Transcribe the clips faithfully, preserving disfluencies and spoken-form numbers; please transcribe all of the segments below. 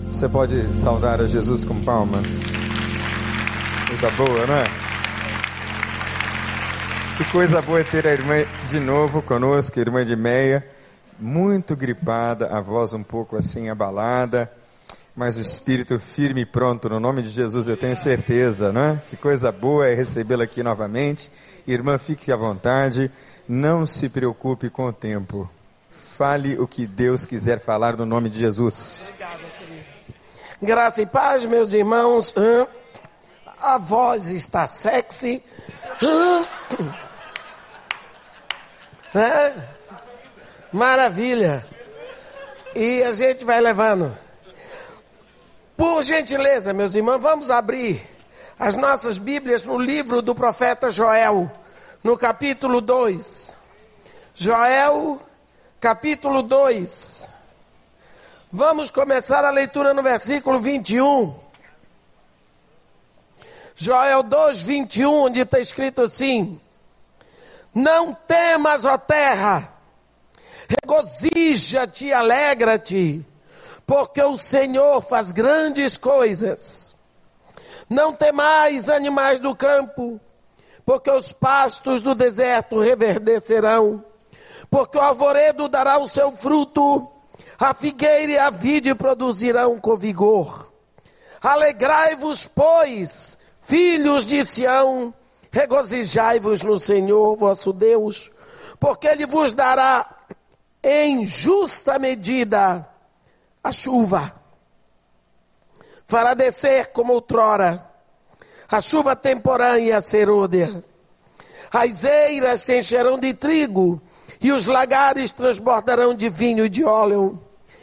Você pode saudar a Jesus com palmas? Coisa boa, não é? Que coisa boa é ter a irmã de novo conosco, a irmã de Meia, muito gripada, a voz um pouco assim abalada, mas o espírito firme e pronto, no nome de Jesus, eu tenho certeza, não é? Que coisa boa é recebê-la aqui novamente. Irmã, fique à vontade, não se preocupe com o tempo. Fale o que Deus quiser falar no nome de Jesus. Obrigado, querido. Graça e paz, meus irmãos. A voz está sexy. É? Maravilha. E a gente vai levando. Por gentileza, meus irmãos, vamos abrir as nossas Bíblias no livro do profeta Joel, no capítulo dois. Joel, capítulo dois. Vamos começar a leitura no versículo vinte e um. Joel dois, vinte e um, onde está escrito assim: não temas, ó terra, regozija-te e alegra-te, porque o Senhor faz grandes coisas. Não temais, animais do campo, porque os pastos do deserto reverdecerão, porque o arvoredo dará o seu fruto, a figueira e a vide produzirão com vigor. Alegrai-vos, pois, filhos de Sião, regozijai-vos no Senhor vosso Deus, porque Ele vos dará em justa medida a chuva. Fará descer como outrora a chuva temporã e a serôdia. As eiras se encherão de trigo e os lagares transbordarão de vinho e de óleo.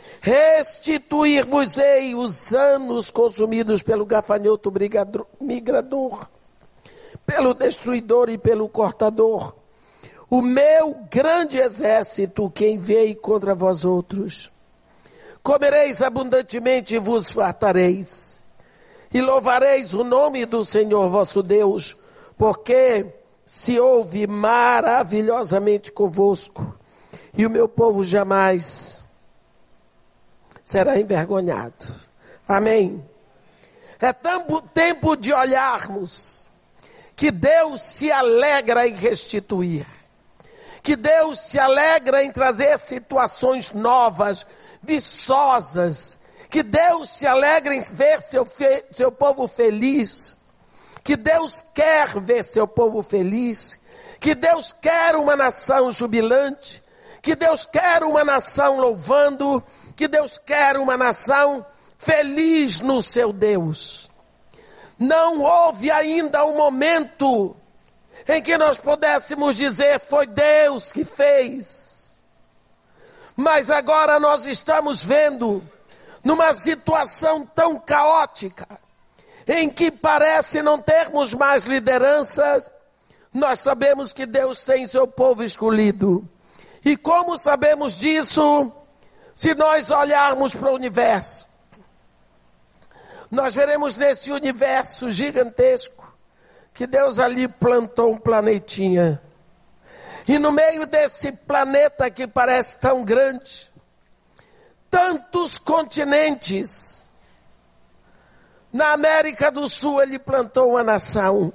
Restituir-vos-ei os anos consumidos pelo gafanhoto migrador, pelo destruidor e pelo cortador, o meu grande exército que enviei contra vós outros. Comereis abundantemente e vos fartareis, e louvareis o nome do Senhor vosso Deus, porque se ouve maravilhosamente convosco, e o meu povo jamais será envergonhado. Amém. É tempo de olharmos que Deus se alegra em restituir, que Deus se alegra em trazer situações novas, viçosas, que Deus se alegra em ver seu, fe, seu povo feliz, que Deus quer ver seu povo feliz, que Deus quer uma nação jubilante, que Deus quer uma nação louvando, que Deus quer uma nação feliz no seu Deus. Não houve ainda um momento em que nós pudéssemos dizer foi Deus que fez. Mas agora nós estamos vendo numa situação tão caótica, em que parece não termos mais lideranças, nós sabemos que Deus tem seu povo escolhido. E como sabemos disso? Se nós olharmos para o universo, nós veremos nesse universo gigantesco que Deus ali plantou um planetinha. E no meio desse planeta que parece tão grande, tantos continentes, na América do Sul Ele plantou uma nação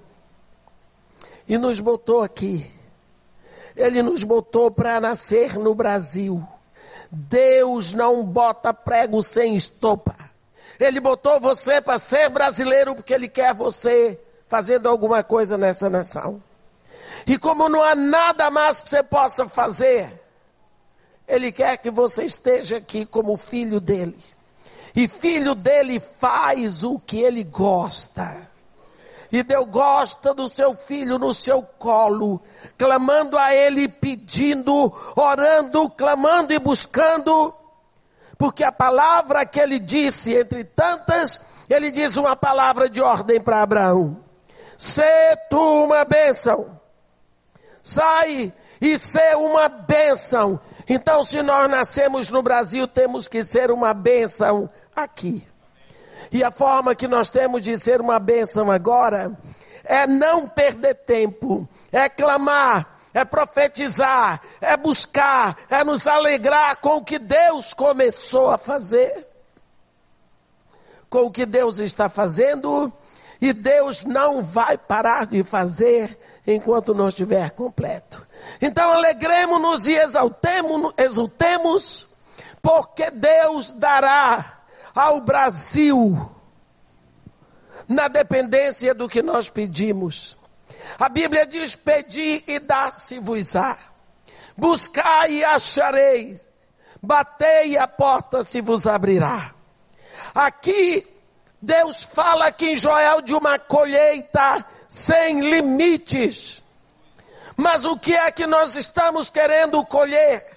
e nos botou aqui. Ele nos botou para nascer no Brasil. Deus não bota prego sem estopa. Ele botou você para ser brasileiro porque Ele quer você fazendo alguma coisa nessa nação. E como não há nada mais que você possa fazer, Ele quer que você esteja aqui como filho dEle. E filho dEle faz o que Ele gosta. E Deus gosta do seu filho no seu colo, clamando a Ele, pedindo, orando, clamando e buscando. Porque a palavra que Ele disse, entre tantas, Ele diz uma palavra de ordem para Abraão. Sê tu uma bênção. Sai e ser uma bênção. Então, se nós nascemos no Brasil, temos que ser uma bênção aqui. E a forma que nós temos de ser uma bênção agora é não perder tempo, é clamar, é profetizar, é buscar, é nos alegrar com o que Deus começou a fazer. com o que Deus está fazendo, e Deus não vai parar de fazer enquanto não estiver completo. Então alegremos-nos e exaltemos, exultemos, porque Deus dará ao Brasil na dependência do que nós pedimos. A Bíblia diz: pedi e dar-se-vos-á, buscai e achareis, batei e a porta se vos abrirá. Aqui Deus fala aqui em Joel de uma colheita sem limites. Mas o que é que nós estamos querendo colher?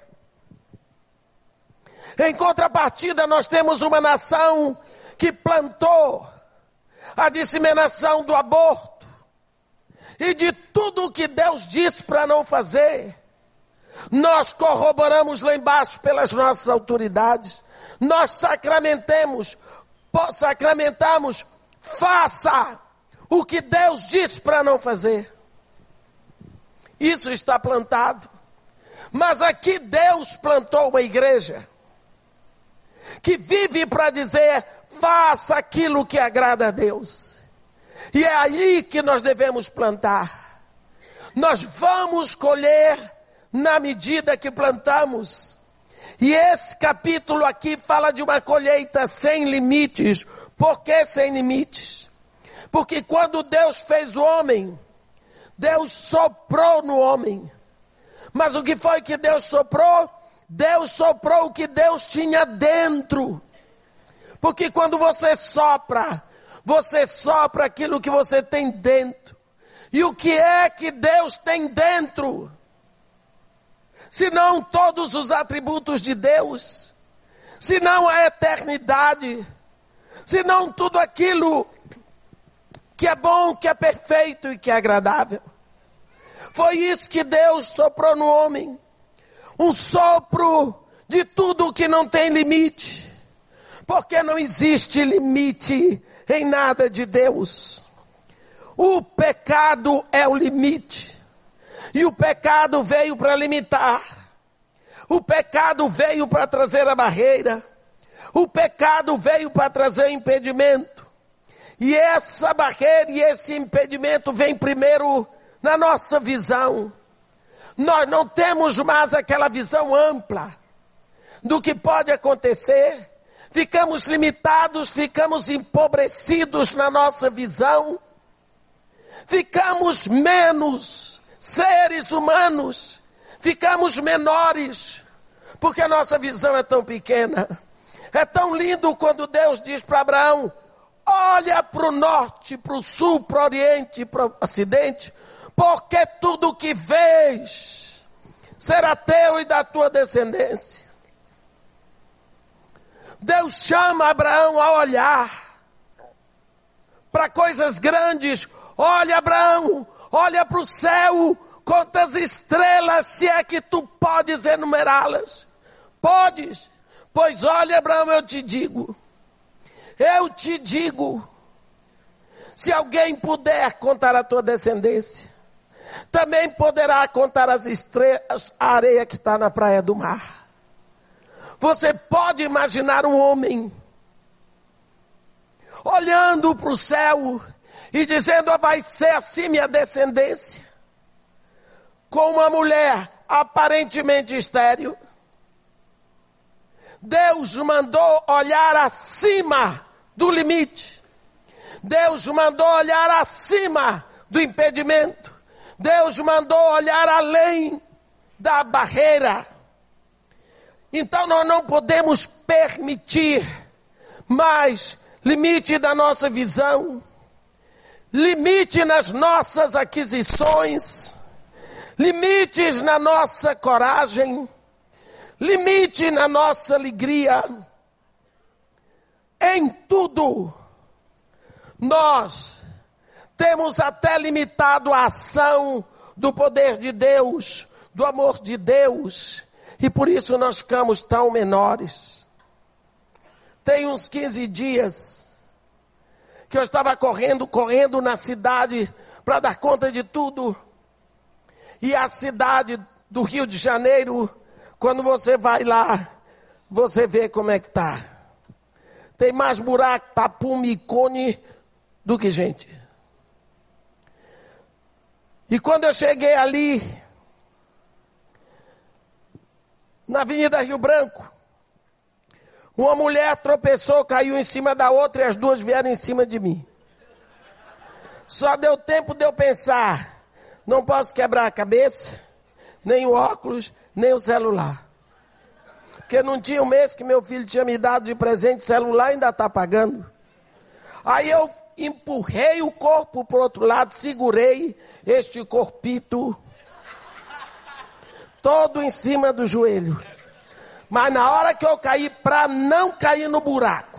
Em contrapartida, nós temos uma nação que plantou a disseminação do aborto e de tudo o que Deus disse para não fazer. Nós corroboramos lá embaixo pelas nossas autoridades. Nós sacramentemos, sacramentamos, faça o que Deus disse para não fazer. Isso está plantado. Mas aqui Deus plantou uma igreja que vive para dizer: faça aquilo que agrada a Deus. E é aí que nós devemos plantar. Nós vamos colher na medida que plantamos. E esse capítulo aqui fala de uma colheita sem limites. Por que sem limites? Porque quando Deus fez o homem, Deus soprou no homem. Mas o que foi que Deus soprou? Deus soprou o que Deus tinha dentro. Porque quando você sopra, você sopra aquilo que você tem dentro. E o que é que Deus tem dentro? Se não todos os atributos de Deus, se não a eternidade, se não tudo aquilo que é bom, que é perfeito e que é agradável. Foi isso que Deus soprou no homem. Um sopro de tudo que não tem limite. Porque não existe limite em nada de Deus. O pecado é o limite. E o pecado veio para limitar. O pecado veio para trazer a barreira. O pecado veio para trazer o impedimento. E essa barreira e esse impedimento vem primeiro na nossa visão. Nós não temos mais aquela visão ampla do que pode acontecer. Ficamos limitados, ficamos empobrecidos na nossa visão. Ficamos menos seres humanos. Ficamos menores, porque a nossa visão é tão pequena. É tão lindo quando Deus diz para Abraão: olha para o norte, para o sul, para o oriente, para o ocidente, porque tudo o que vês será teu e da tua descendência. Deus chama Abraão a olhar para coisas grandes. Olha, Abraão, olha para o céu, quantas estrelas, se é que tu podes enumerá-las. Podes? Pois olha, Abraão, eu te digo, eu te digo, se alguém puder contar a tua descendência, também poderá contar as estrelas, a areia que está na praia do mar. Você pode imaginar um homem olhando para o céu e dizendo: oh, vai ser assim minha descendência, com uma mulher aparentemente estéril? Deus mandou olhar acima do limite. Deus mandou olhar acima do impedimento. Deus mandou olhar além da barreira. Então nós não podemos permitir mais limite da nossa visão, limite nas nossas aquisições, limites na nossa coragem, limite na nossa alegria. Em tudo, nós temos até limitado a ação do poder de Deus, do amor de Deus, e por isso nós ficamos tão menores. Tem uns quinze dias que eu estava correndo, correndo na cidade para dar conta de tudo. E a cidade do Rio de Janeiro, quando você vai lá, você vê como é que está. Tem mais buraco, tapume e cone do que gente. E quando eu cheguei ali, na Avenida Rio Branco, uma mulher tropeçou, caiu em cima da outra e as duas vieram em cima de mim. Só deu tempo de eu pensar, não posso quebrar a cabeça, nem o óculos, nem o celular. Porque não tinha um mês que meu filho tinha me dado de presente celular, ainda está pagando. Aí eu empurrei o corpo para o outro lado, segurei este corpito todo em cima do joelho. Mas na hora que eu caí, para não cair no buraco,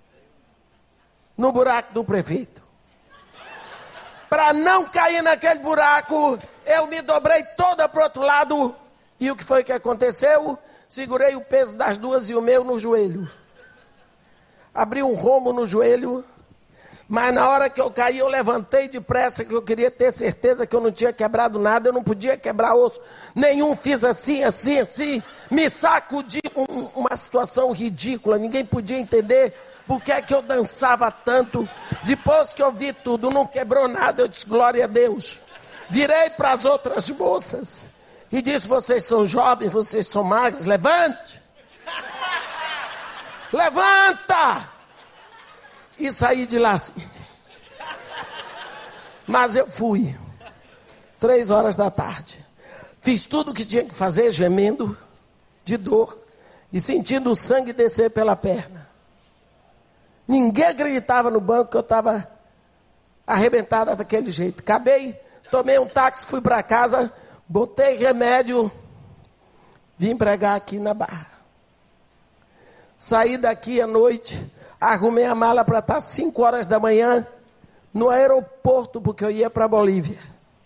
no buraco do prefeito, para não cair naquele buraco, eu me dobrei toda para o outro lado. E o que foi que aconteceu? Segurei o peso das duas e o meu no joelho. Abri um rombo no joelho. Mas na hora que eu caí, eu levantei depressa, que eu queria ter certeza que eu não tinha quebrado nada, eu não podia quebrar osso nenhum, fiz assim, assim, assim, me sacudi, um, uma situação ridícula, ninguém podia entender por que é que eu dançava tanto. Depois que eu vi tudo, não quebrou nada, eu disse, glória a Deus. Virei para as outras moças e disse, vocês são jovens, vocês são magras, levante, levanta! E saí de lá assim. Mas eu fui. Três horas da tarde. Fiz tudo o que tinha que fazer, gemendo de dor e sentindo o sangue descer pela perna. Ninguém acreditava no banco que eu estava arrebentada daquele jeito. Acabei, tomei um táxi, fui para casa, botei remédio, vim pregar aqui na Barra. Saí daqui à noite, arrumei a mala para estar cinco horas da manhã no aeroporto, porque eu ia para a Bolívia.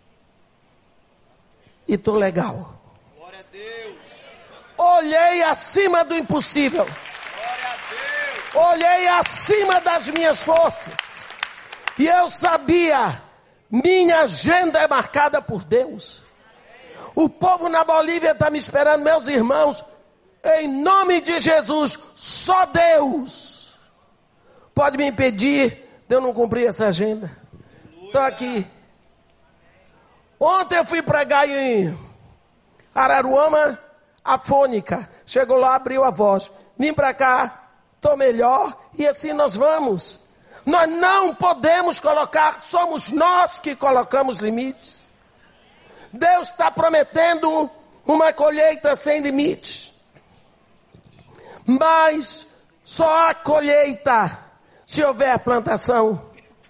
E tô legal. Glória a Deus. Olhei acima do impossível. Glória a Deus. Olhei acima das minhas forças. E eu sabia, minha agenda é marcada por Deus. O povo na Bolívia está me esperando, meus irmãos. Em nome de Jesus, só Deus pode me impedir de eu não cumprir essa agenda. Estou aqui. Ontem eu fui pregar em Araruama, afônica. Chegou lá, abriu a voz. Vim para cá, estou melhor e assim nós vamos. Nós não podemos colocar, somos nós que colocamos limites. Deus está prometendo uma colheita sem limites. Mas só há colheita se houver plantação.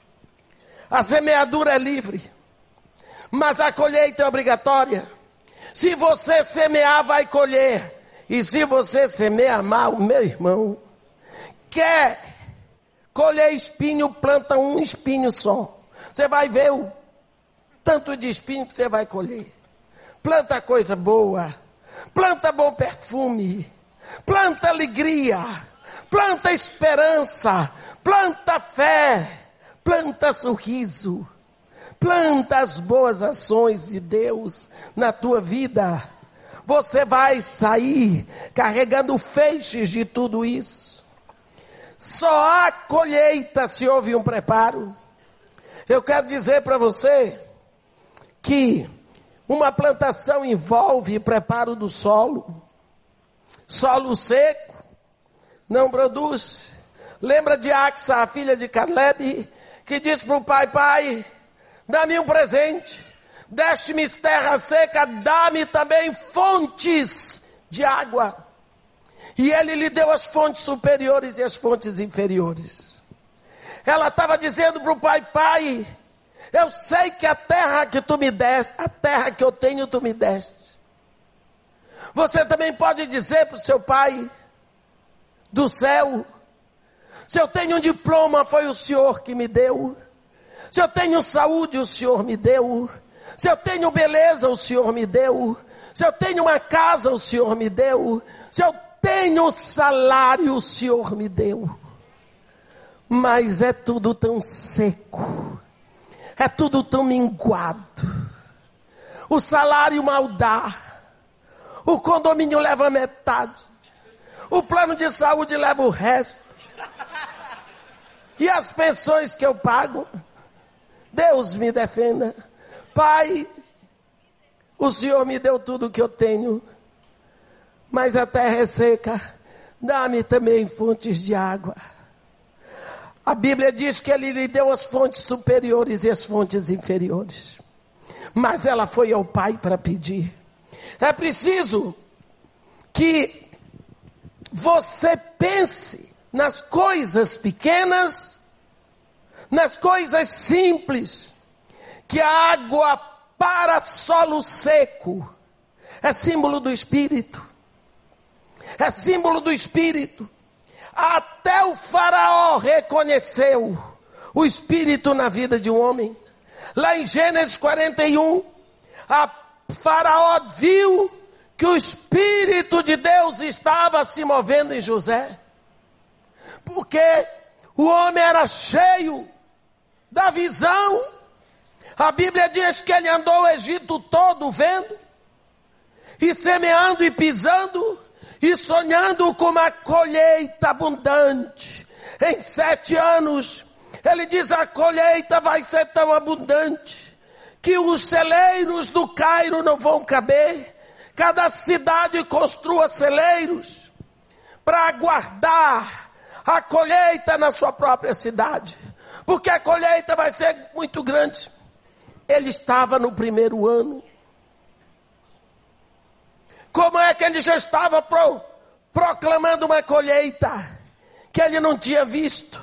A semeadura é livre, mas a colheita é obrigatória. Se você semear, vai colher. E se você semear mal, meu irmão, quer colher espinho, planta um espinho só. Você vai ver o tanto de espinho que você vai colher. Planta coisa boa, planta bom perfume, planta alegria, planta esperança, planta fé, planta sorriso, planta as boas ações de Deus na tua vida. Você vai sair carregando feixes de tudo isso. Só há colheita se houve um preparo. Eu quero dizer para você que uma plantação envolve preparo do solo. Solo seco não produz. Lembra de Axa, a filha de Caleb, que disse para o pai, pai, dá-me um presente. Deste-me terra seca, dá-me também fontes de água. E ele lhe deu as fontes superiores e as fontes inferiores. Ela estava dizendo para o pai, pai, eu sei que a terra que tu me deste, a terra que eu tenho, tu me deste. Você também pode dizer para o seu pai do céu, se eu tenho um diploma, foi o Senhor que me deu. Se eu tenho saúde, o Senhor me deu. Se eu tenho beleza, o Senhor me deu. Se eu tenho uma casa, o Senhor me deu. Se eu tenho salário, o Senhor me deu. Mas é tudo tão seco. É tudo tão minguado. O salário mal dá. O condomínio leva metade. O plano de saúde leva o resto. E as pensões que eu pago? Deus me defenda. Pai, o Senhor me deu tudo o que eu tenho, mas a terra é seca, dá-me também fontes de água. A Bíblia diz que Ele lhe deu as fontes superiores e as fontes inferiores, mas ela foi ao Pai para pedir. É preciso que você pense nas coisas pequenas, nas coisas simples, que a água para solo seco é símbolo do Espírito, é símbolo do Espírito. Até o faraó reconheceu o Espírito na vida de um homem. Lá em Gênesis quarenta e um, a faraó viu que o Espírito de Deus estava se movendo em José, porque o homem era cheio da visão. A Bíblia diz que ele andou o Egito todo vendo, e semeando e pisando, e sonhando com uma colheita abundante. Em sete anos, ele diz, a colheita vai ser tão abundante, que os celeiros do Cairo não vão caber. Cada cidade construa celeiros para guardar a colheita na sua própria cidade, porque a colheita vai ser muito grande. Ele estava no primeiro ano. Como é que ele já estava pro, proclamando uma colheita que ele não tinha visto?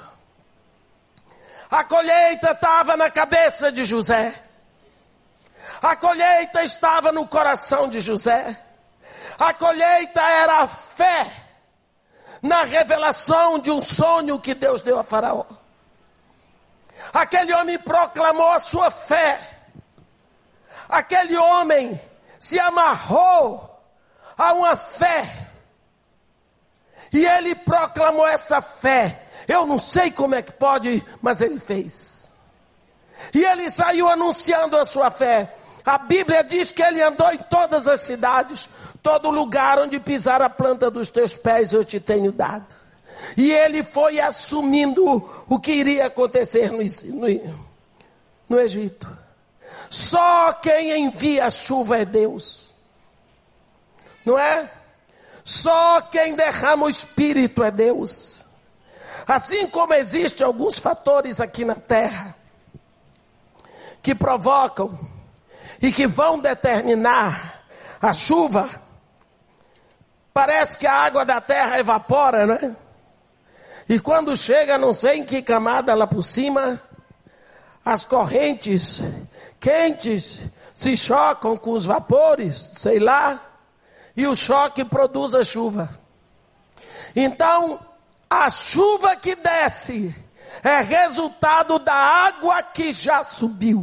A colheita estava na cabeça de José. A colheita estava no coração de José. A colheita era a fé na revelação de um sonho que Deus deu a Faraó. Aquele homem proclamou a sua fé. Aquele homem se amarrou a uma fé. E ele proclamou essa fé. Eu não sei como é que pode, mas ele fez. E ele saiu anunciando a sua fé. A Bíblia diz que ele andou em todas as cidades. Todo lugar onde pisar a planta dos teus pés eu te tenho dado. E ele foi assumindo o que iria acontecer no, no, no Egito. Só quem envia a chuva é Deus. Não é? Só quem derrama o Espírito é Deus. Assim como existem alguns fatores aqui na terra que provocam e que vão determinar a chuva. Parece que a água da terra evapora, né? E quando chega, não sei em que camada lá por cima, as correntes quentes se chocam com os vapores, sei lá, e o choque produz a chuva. Então, a chuva que desce é resultado da água que já subiu.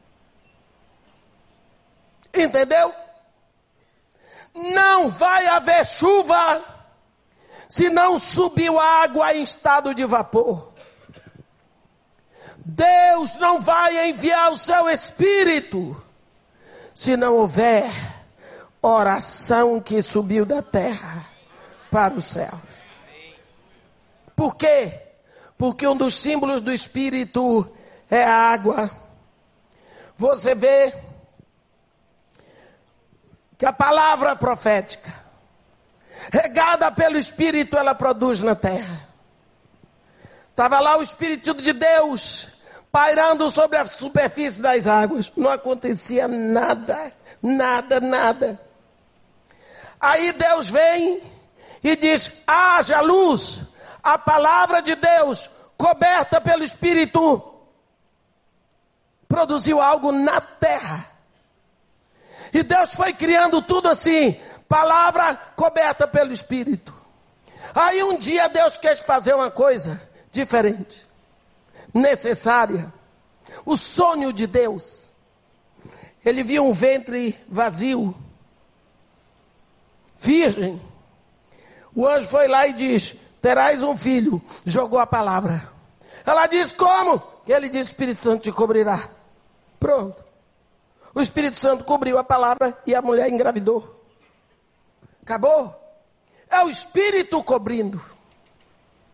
Entendeu? Não vai haver chuva se não subiu água em estado de vapor. Deus não vai enviar o seu Espírito se não houver oração que subiu da terra para os céus. Por quê? Porque um dos símbolos do Espírito é a água. Você vê que a palavra profética, regada pelo Espírito, ela produz na terra. Estava lá o Espírito de Deus pairando sobre a superfície das águas. Não acontecia nada, nada, nada. Aí Deus vem e diz, haja luz. A palavra de Deus, coberta pelo Espírito, produziu algo na terra. E Deus foi criando tudo assim, palavra coberta pelo Espírito. Aí um dia Deus quis fazer uma coisa diferente, necessária. O sonho de Deus. Ele viu um ventre vazio, virgem. O anjo foi lá e diz, terás um filho. Jogou a palavra. Ela diz, como? Ele diz, Espírito Santo te cobrirá. Pronto. O Espírito Santo cobriu a palavra e a mulher engravidou. Acabou. É o Espírito cobrindo.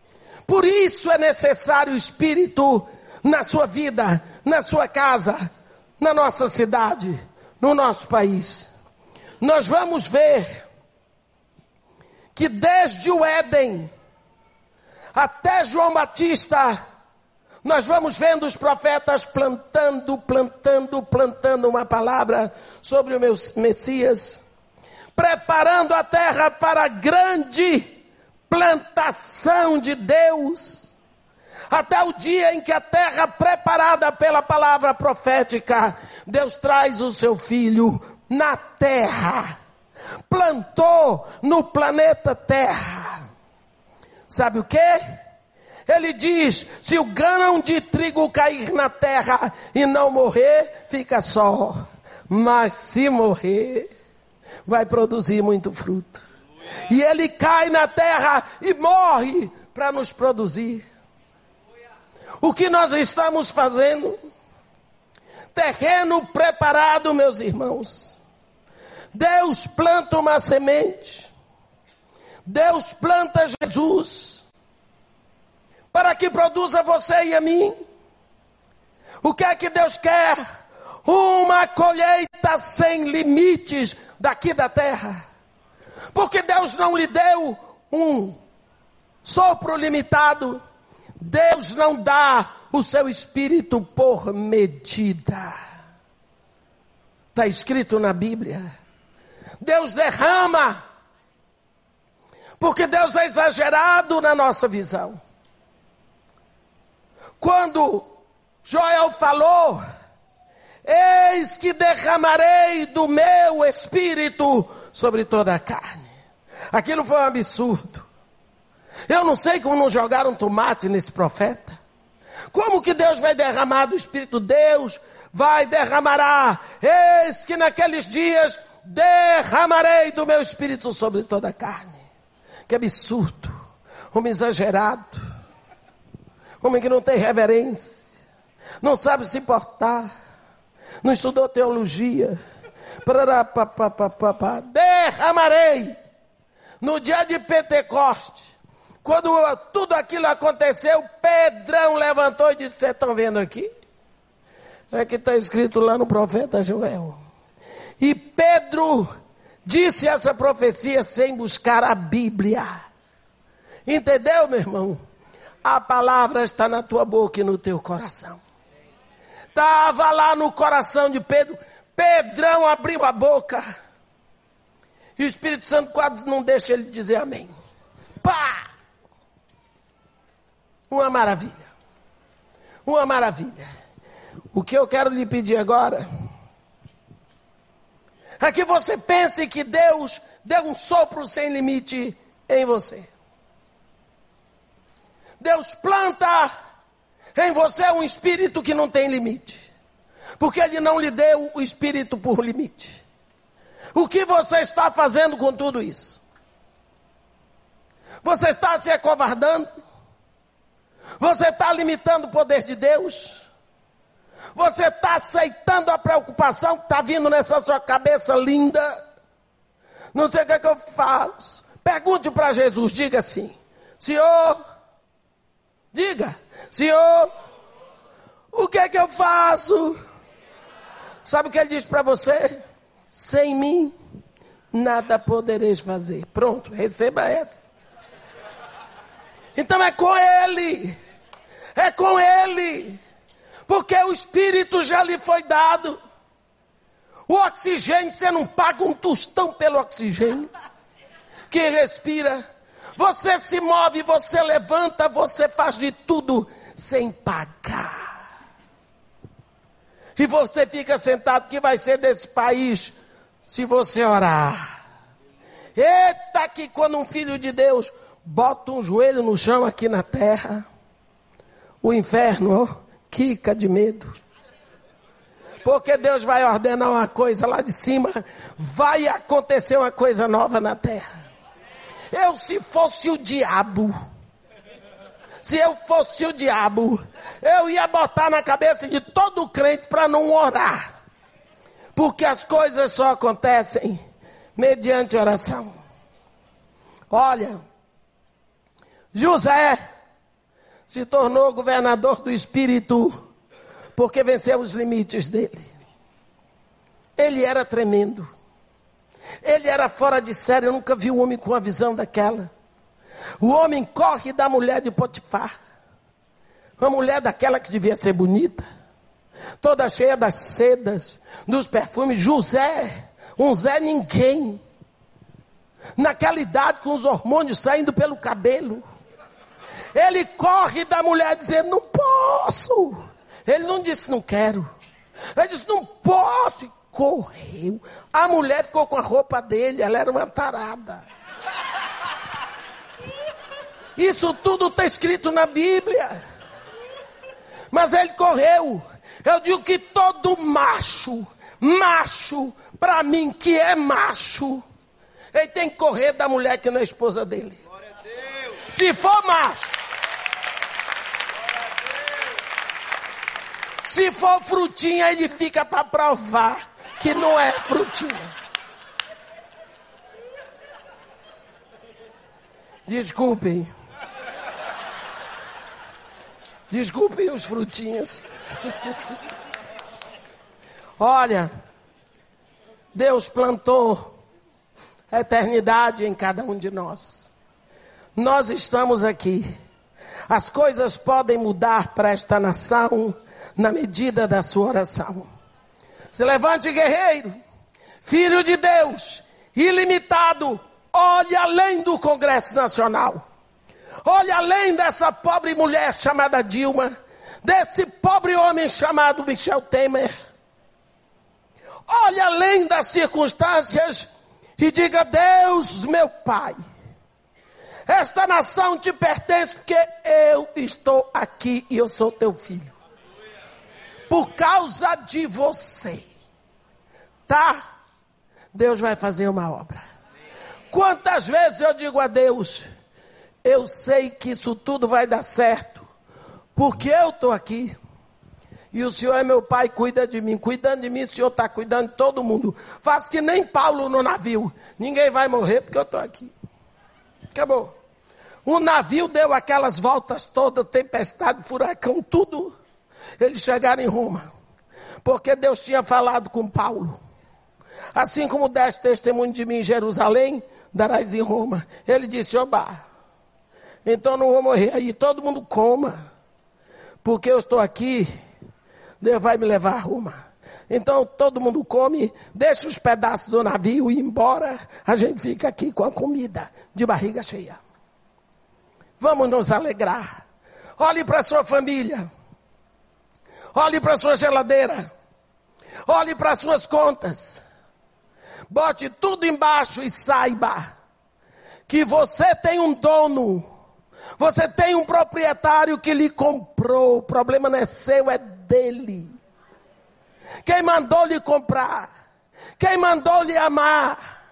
Por isso é necessário o Espírito na sua vida, na sua casa, na nossa cidade, no nosso país. Nós vamos ver que desde o Éden até João Batista, nós vamos vendo os profetas plantando, plantando, plantando uma palavra sobre o meu Messias, preparando a terra para a grande plantação de Deus, até o dia em que a terra preparada pela palavra profética, Deus traz o seu filho na terra, plantou no planeta Terra. Sabe o que? Ele diz, se o grão de trigo cair na terra e não morrer, fica só. Mas se morrer, vai produzir muito fruto. E ele cai na terra e morre para nos produzir. O que nós estamos fazendo? Terreno preparado, meus irmãos. Deus planta uma semente. Deus planta Jesus para que produza você e a mim. O que é que Deus quer? Uma colheita sem limites daqui da terra. Porque Deus não lhe deu um sopro limitado. Deus não dá o seu espírito por medida. Está escrito na Bíblia. Deus derrama. Porque Deus é exagerado na nossa visão. Quando Joel falou, eis que derramarei do meu espírito sobre toda a carne. Aquilo foi um absurdo. Eu não sei como não jogaram tomate nesse profeta. Como que Deus vai derramar do espírito? Deus vai derramar. Eis que naqueles dias derramarei do meu espírito sobre toda a carne. Que absurdo, homem exagerado, homem que não tem reverência, não sabe se portar, não estudou teologia. Parará, pá, pá, pá, pá, pá. Derramarei no dia de Pentecoste, quando tudo aquilo aconteceu, Pedrão levantou e disse: vocês estão vendo aqui? É que está escrito lá no profeta Joel. E Pedro disse essa profecia sem buscar a Bíblia. Entendeu, meu irmão? A palavra está na tua boca e no teu coração. Estava lá no coração de Pedro. Pedrão abriu a boca. E o Espírito Santo quase não deixa ele dizer amém. Pá! Uma maravilha. Uma maravilha. O que eu quero lhe pedir agora é que você pense que Deus deu um sopro sem limite em você. Deus planta em você um espírito que não tem limite. Porque Ele não lhe deu o espírito por limite. O que você está fazendo com tudo isso? Você está se acovardando? Você está limitando o poder de Deus? Você está aceitando a preocupação que está vindo nessa sua cabeça linda? Não sei o que é que eu faço. Pergunte para Jesus, diga assim: Senhor, diga, Senhor, o que é que eu faço? Sabe o que Ele diz para você? Sem mim, nada podereis fazer. Pronto, receba essa. Então é com Ele, é com Ele. Porque o Espírito já lhe foi dado. O oxigênio, você não paga um tostão pelo oxigênio que respira. Você se move, você levanta, você faz de tudo sem pagar. E você fica sentado, que vai ser desse país se você orar. Eita, que quando um filho de Deus bota um joelho no chão aqui na terra, o inferno, ó, quica de medo. Porque Deus vai ordenar uma coisa lá de cima, vai acontecer uma coisa nova na terra. Eu, se fosse o diabo, se eu fosse o diabo, eu ia botar na cabeça de todo crente para não orar. Porque as coisas só acontecem mediante oração. Olha, José se tornou governador do Espírito porque venceu os limites dele. Ele era tremendo. Ele era fora de série. Eu nunca vi um homem com uma visão daquela. O homem corre da mulher de Potifar. Uma mulher daquela que devia ser bonita, toda cheia das sedas, dos perfumes. José, um Zé ninguém. Naquela idade, com os hormônios saindo pelo cabelo. Ele corre da mulher dizendo, não posso. Ele não disse, não quero. Ele disse, não posso. E correu. A mulher ficou com a roupa dele, ela era uma tarada. Isso tudo está escrito na Bíblia. Mas ele correu. Eu digo que todo macho, macho, para mim que é macho, ele tem que correr da mulher que não é esposa dele. Se for macho. Se for frutinha, ele fica para provar que não é frutinha. Desculpem. Desculpem os frutinhas. Olha, Deus plantou a eternidade em cada um de nós. Nós estamos aqui. As coisas podem mudar para esta nação na medida da sua oração. Se levante, guerreiro, filho de Deus, ilimitado. Olhe além do Congresso Nacional. Olhe além dessa pobre mulher chamada Dilma, desse pobre homem chamado Michel Temer. Olhe além das circunstâncias e diga, Deus, meu Pai, esta nação te pertence porque eu estou aqui e eu sou teu filho. Por causa de você, tá? Deus vai fazer uma obra. Quantas vezes eu digo a Deus, eu sei que isso tudo vai dar certo, porque eu estou aqui. E o Senhor é meu Pai, cuida de mim. Cuidando de mim, o Senhor está cuidando de todo mundo. Faz que nem Paulo no navio. Ninguém vai morrer porque eu estou aqui. Acabou. O navio deu aquelas voltas todas, tempestade, furacão, tudo. Eles chegaram em Roma. Porque Deus tinha falado com Paulo. Assim como deste testemunho de mim em Jerusalém, darás em Roma. Ele disse, oba, então não vou morrer aí, todo mundo coma. Porque eu estou aqui, Deus vai me levar a Roma. Então todo mundo come, deixa os pedaços do navio e ir embora. A gente fica aqui com a comida de barriga cheia. Vamos nos alegrar. Olhe para a sua família. Olhe para a sua geladeira. Olhe para as suas contas. Bote tudo embaixo e saiba que você tem um dono. Você tem um proprietário que lhe comprou. O problema não é seu, é dele. Quem mandou lhe comprar? Quem mandou lhe amar?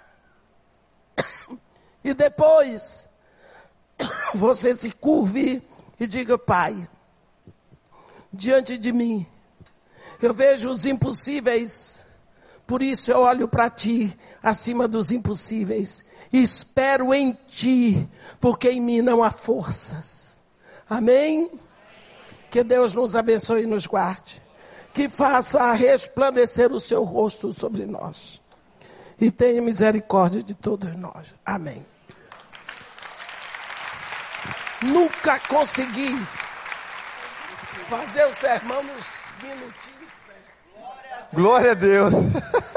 E depois você se curve e diga, Pai, diante de mim eu vejo os impossíveis, por isso eu olho para ti acima dos impossíveis e espero em ti, porque em mim não há forças. Amém? Que Deus nos abençoe e nos guarde, que faça resplandecer o seu rosto sobre nós e tenha misericórdia de todos nós. Amém. Nunca consegui fazer o sermão nos minutinhos certos. Glória a Deus.